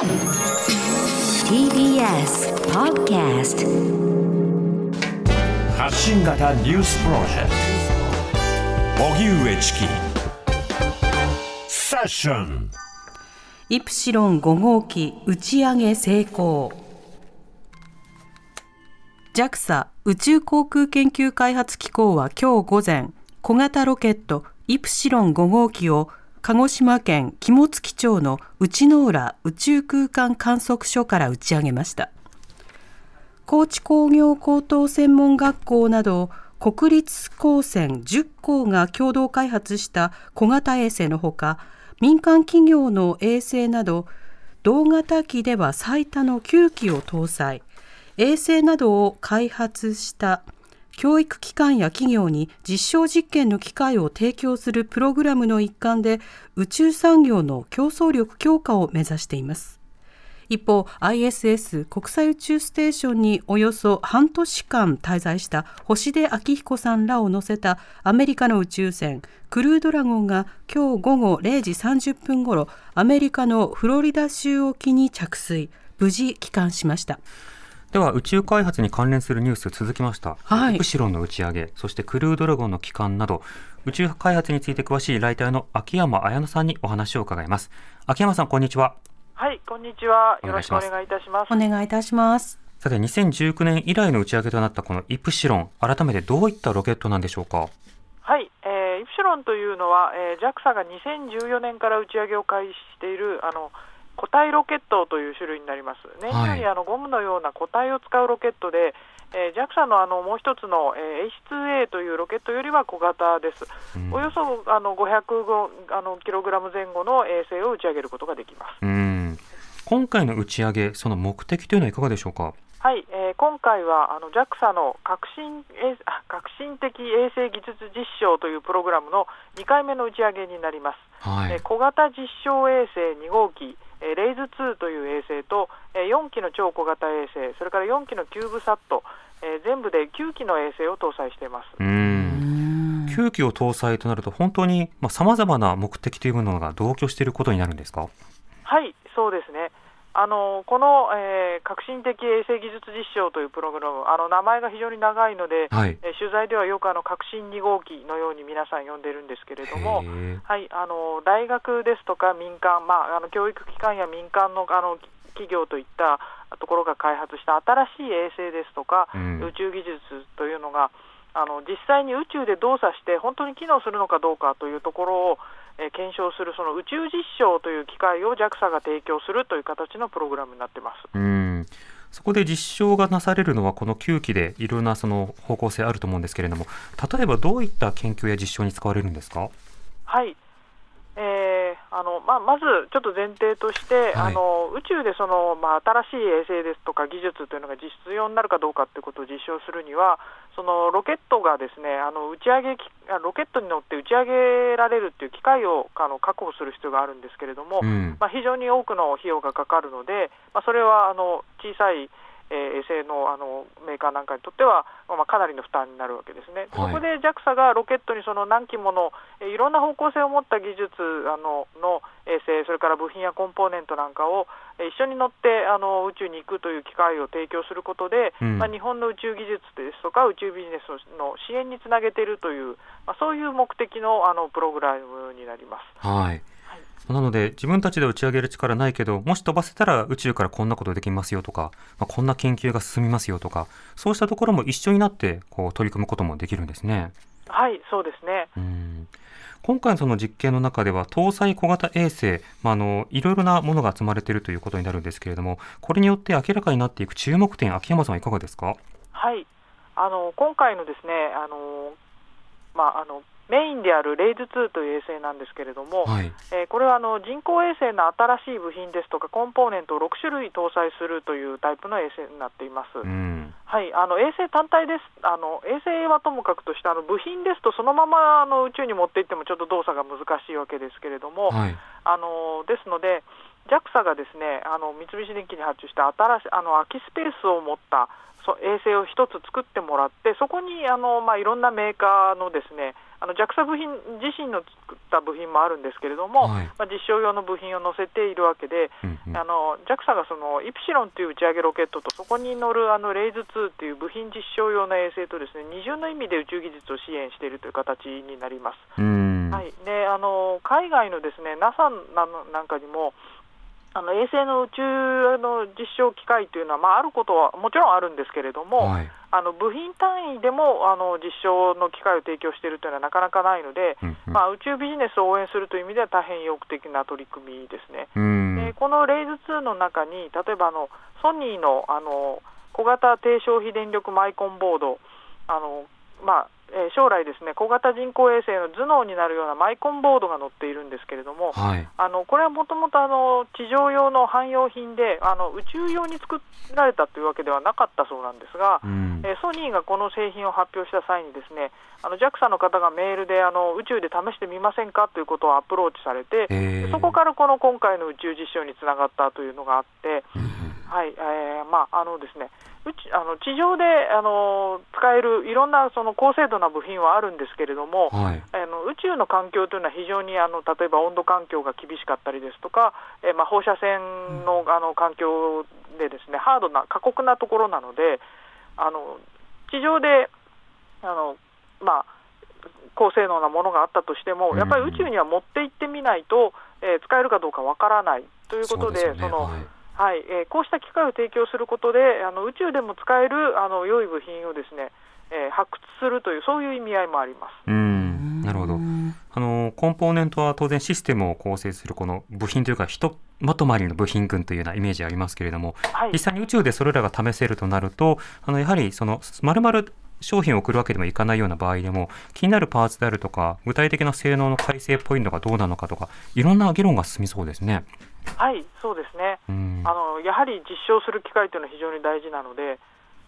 TBS Podcast 発信型ニュースプロジェクト荻上チキセッション。 イプシロン5号機打ち上げ成功。 JAXA 宇宙航空研究開発機構は今日午前、小型ロケットイプシロン5号機を鹿児島県肝付町の内之浦宇宙空間観測所から打ち上げました。高知工業高等専門学校など国立高専10校が共同開発した小型衛星のほか、民間企業の衛星など同型機では最多の9機を搭載。衛星などを開発した教育機関や企業に実証実験の機会を提供するプログラムの一環で、宇宙産業の競争力強化を目指しています。一方、ISS 国際宇宙ステーションにおよそ半年間滞在した星出彰彦さんらを乗せたアメリカの宇宙船クルードラゴンが今日午後0時30分ごろ、アメリカのフロリダ州沖に着水、無事帰還しました。 では宇宙開発に関連するニュース続きました、イプシロンの打ち上げ、そしてクルードラゴンの帰還など宇宙開発について詳しいライターの秋山彩乃さんにお話を伺います。秋山さん、こんにちは。 はい、こんにちは。よろしくお願いいたします。 お願いいたします。 さて、2019年以来の打ち上げとなったこのイプシロン、改めてどういったロケットなんでしょうか。 はい、イプシロンというのは、JAXA が2014年から打ち上げを開始している固体ロケットという種類になります。燃料にゴムのような固体を使うロケットで、JAXA のもう一つの H2A というロケットよりは小型です。およそ500キログラム前後の衛星を打ち上げることができます。 今回の打ち上げ、その目的というのはいかがでしょうか。 はい、今回はJAXA の革新的衛星技術実証というプログラムの2回目の打ち上げになります。小型実証衛星2号機レイズ2という衛星と4機の超小型衛星、それから4機のキューブサット、全部で9機の衛星を搭載しています。 9機を搭載となると本当に様々な目的というものが同居していることになるんですか。 はい、そうですね。この、革新的衛星技術実証というプログラム、名前が非常に長いので、取材ではよく革新2号機のように皆さん呼んでいるんですけれども、大学ですとか民間、教育機関や民間の企業といったところが開発した新しい衛星ですとか、宇宙技術というのが実際に宇宙で動作して本当に機能するのかどうかというところを検証する、その宇宙実証という機会を JAXA が提供するという形のプログラムになっています。 そこで実証がなされるのはこの9機でいろんなその方向性あると思うんですけれども、例えばどういった研究や実証に使われるんですか。 はい、まずちょっと前提として、宇宙で新しい衛星ですとか技術というのが実用になるかどうかということを実証するには、そのロケットがですね、ロケットに乗って打ち上げられるという機会を確保する必要があるんですけれども、非常に多くの費用がかかるので、それは小さい衛星のメーカーなんかにとっては、かなりの負担になるわけですね。そこで JAXA がロケットにその何機ものいろんな方向性を持った技術の衛星、それから部品やコンポーネントなんかを一緒に乗って宇宙に行くという機会を提供することで、日本の宇宙技術ですとか宇宙ビジネスの支援につなげているという、そういう目的のプログラムになります。 なので自分たちで打ち上げる力ないけど、もし飛ばせたら宇宙からこんなことできますよとか、こんな研究が進みますよとか、そうしたところも一緒になって取り組むこともできるんですね。 はい、そうですね。 今回のその実験の中では搭載小型衛星、いろいろなものが積まれているということになるんですけれども、これによって明らかになっていく注目点、秋山さんはいかがですか。 はい、今回のですね、メインであるレイズ2という衛星なんですけれども、これは人工衛星の新しい部品ですとかコンポーネントを6種類搭載するというタイプの衛星になっています。衛星単体です。衛星はともかくとして部品ですとそのまま宇宙に持っていってもちょっと動作が難しいわけですけれども、ですので JAXA がですね三菱電機に発注した空きスペースを持った衛星を一つ作ってもらって、そこにいろんなメーカーのですね JAXA 部品自身の作った部品もあるんですけれども、実証用の部品を載せているわけで、JAXA がそのイプシロンという打ち上げロケットとそこに乗るレイズ2という部品実証用の衛星とですね、二重の意味で宇宙技術を支援しているという形になります。で海外のですね NASA なんかにも衛星の宇宙の実証機械というのは、あることはもちろんあるんですけれども、部品単位でも実証の機会を提供しているというのはなかなかないので、宇宙ビジネスを応援するという意味では大変意欲的な取り組みですね。でこのレイズ2の中に例えばソニーの小型低消費電力マイコンボード、将来ですね小型人工衛星の頭脳になるようなマイコンボードが載っているんですけれども、これはもともと地上用の汎用品で宇宙用に作られたというわけではなかったそうなんですが、ソニーがこの製品を発表した際にですねJAXA の方がメールで宇宙で試してみませんかということをアプローチされて、そこから今回の宇宙実証につながったというのがあって、ですね地上で使えるいろんなその高精度な部品はあるんですけれども、宇宙の環境というのは非常に例えば温度環境が厳しかったりですとか、放射線の環境でですねハードな過酷なところなので地上で高性能なものがあったとしてもやっぱり宇宙には持って行ってみないと、使えるかどうかわからないということで、こうした機会を提供することで宇宙でも使える良い部品をですね、発掘するというそういう意味合いもあります。 なるほど。コンポーネントは当然システムを構成するこの部品というかひとまとまりの部品群というようなイメージありますけれども、実際に宇宙でそれらが試せるとなるとやはりその丸々商品を送るわけでもいかないような場合でも気になるパーツであるとか具体的な性能の改正ポイントがどうなのかとかいろんな議論が進みそうですね。 そうですね。やはり実証する機会というのは非常に大事なので、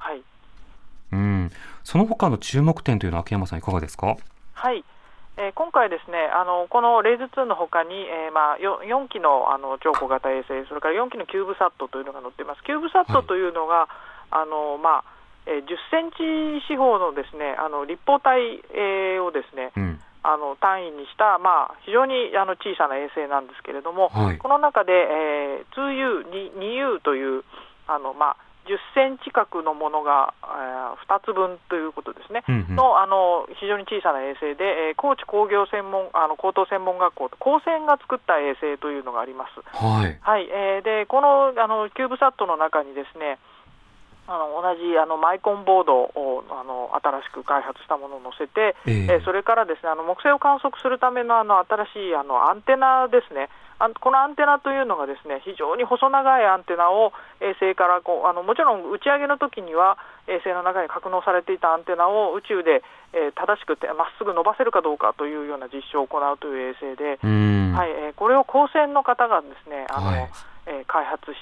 その他の注目点というのは秋山さんいかがですか？ 今回ですねこのレイズ2の他に、4機の超小型衛星それから4機のキューブサットというのが載っています。キューブサットというのが、10センチ四方のですね立方体をですね、単位にした、非常に小さな衛星なんですけれども、この中で、2U という10センチ角のものが2つ分ということですね、の非常に小さな衛星で、高知工業高等専門学校高専が作った衛星というのがあります。でこのキューブサットの中にですね同じマイコンボードを新しく開発したものを載せて、それからですね木星を観測するための新しいアンテナですね。このアンテナというのがですね非常に細長いアンテナを衛星からもちろん打ち上げの時には衛星の中に格納されていたアンテナを宇宙で、正しくまっすぐ伸ばせるかどうかというような実証を行うという衛星で、これを高専の方がですね開発して、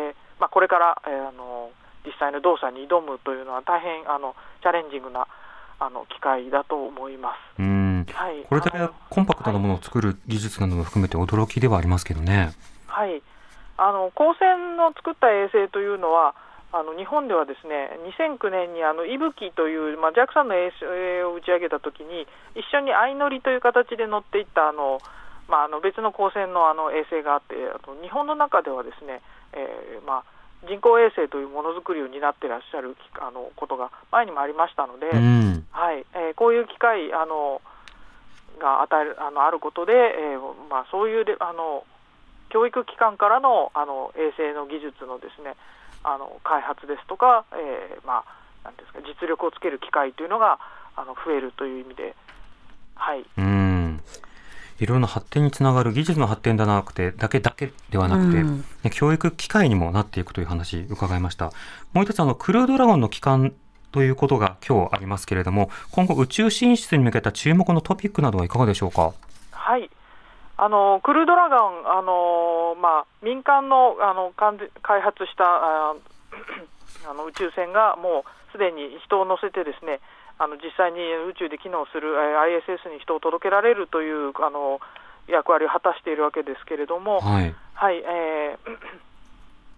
これから実際の動作に挑むというのは大変チャレンジングな機会だと思います。 これだけコンパクトなものを作る技術なども含めて驚きではありますけどね。 高専の作った衛星というのは日本ではですね2009年にいぶきという、JAXA の衛星を打ち上げたときに一緒に相乗りという形で乗っていった別の高専の衛星があって、日本の中ではですね、人工衛星というものづくりを担っていらっしゃることが前にもありましたので、こういう機会があることで、そういう教育機関からの衛星の技術のですね開発ですとか、なんですか実力をつける機会というのが増えるという意味で、 いろんな発展につながる技術の発展だなくてだけではなくて、教育機会にもなっていくという話伺いました。もう一つクルードラゴンの帰還ということが今日ありますけれども、今後宇宙進出に向けた注目のトピックなどはいかがでしょうか？ クルードラゴン民間の開発した宇宙船がもうすでに人を乗せてですね実際に宇宙で機能する ISS に人を届けられるという役割を果たしているわけですけれども、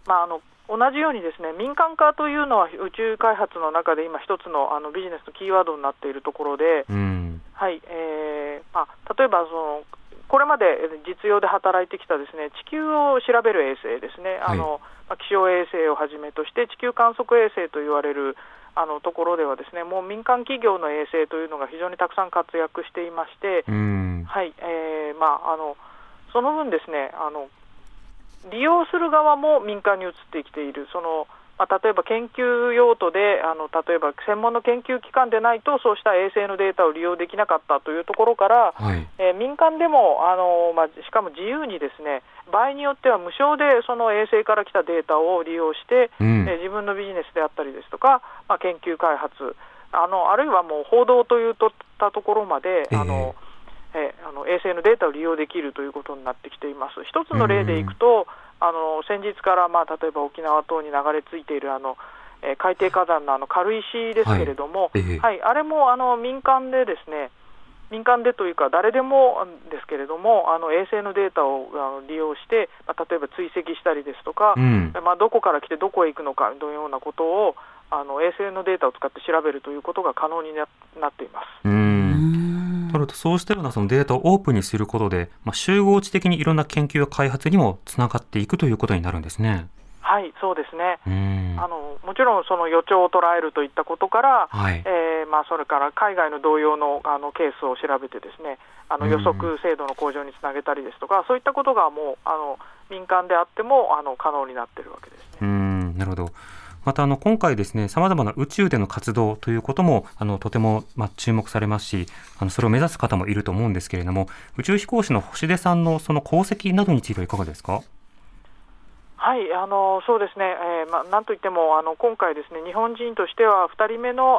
同じようにですね、民間化というのは宇宙開発の中で今一つのビジネスのキーワードになっているところで、はい、例えばこれまで実用で働いてきたですね、地球を調べる衛星ですね、気象衛星をはじめとして地球観測衛星と言われるところではですね、もう民間企業の衛星というのが非常にたくさん活躍していまして、はい、その分ですね、利用する側も民間に移ってきている、例えば研究用途で例えば専門の研究機関でないとそうした衛星のデータを利用できなかったというところから、民間でもしかも自由にですね、場合によっては無償でその衛星から来たデータを利用して、自分のビジネスであったりですとか、研究開発あるいはもう報道といったところまで、衛星のデータを利用できるということになってきています。一つの例でいくと、先日から、例えば沖縄等に流れ着いている海底火山の軽石ですけれども、あれも民間でですね、民間でというか誰でもですけれども、衛星のデータを利用して、例えば追跡したりですとか、どこから来てどこへ行くのかというようなことを衛星のデータを使って調べるということが可能になっています。 そうしたようなそのデータをオープンにすることで、集合値的にいろんな研究や開発にもつながっていくということになるんですね。 はい、そうですね。もちろんその予兆を捉えるといったことから、それから海外の同様のケースを調べてですね、予測精度の向上につなげたりですとか、そういったことがもう民間であっても可能になっているわけですね。 なるほど。また今回ですね、様々な宇宙での活動ということもとても注目されますし、それを目指す方もいると思うんですけれども、宇宙飛行士の星出さんのその功績などについてはいかがですか？ はい、そうですね、なんといっても今回ですね、日本人としては2人目の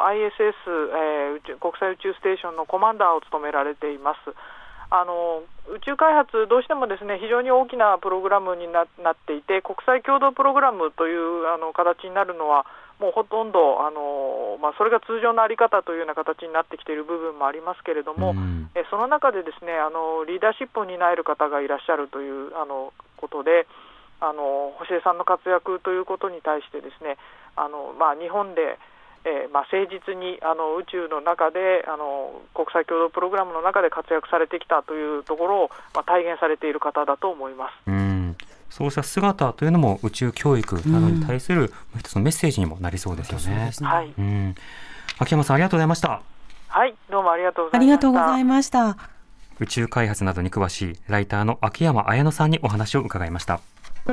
ISS、国際宇宙ステーションのコマンダーを務められています。宇宙開発どうしてもですね、非常に大きなプログラムに なっていて、国際共同プログラムという形になるのはもうほとんどそれが通常の在り方というような形になってきている部分もありますけれども、その中でですね、リーダーシップを担える方がいらっしゃるということで、星出さんの活躍ということに対してですね、日本で誠実に宇宙の中で国際共同プログラムの中で活躍されてきたというところを、体現されている方だと思います。 そうした姿というのも宇宙教育などに対する一つのメッセージにもなりそうですよね。 はい、 秋山さん、ありがとうございました。 はい、どうもありがとうございました。 ありがとうございました。 宇宙開発などに詳しいライターの秋山彩乃さんにお話を伺いました。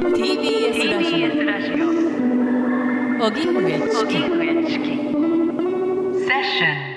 TBS ラジオ荻上チキセッション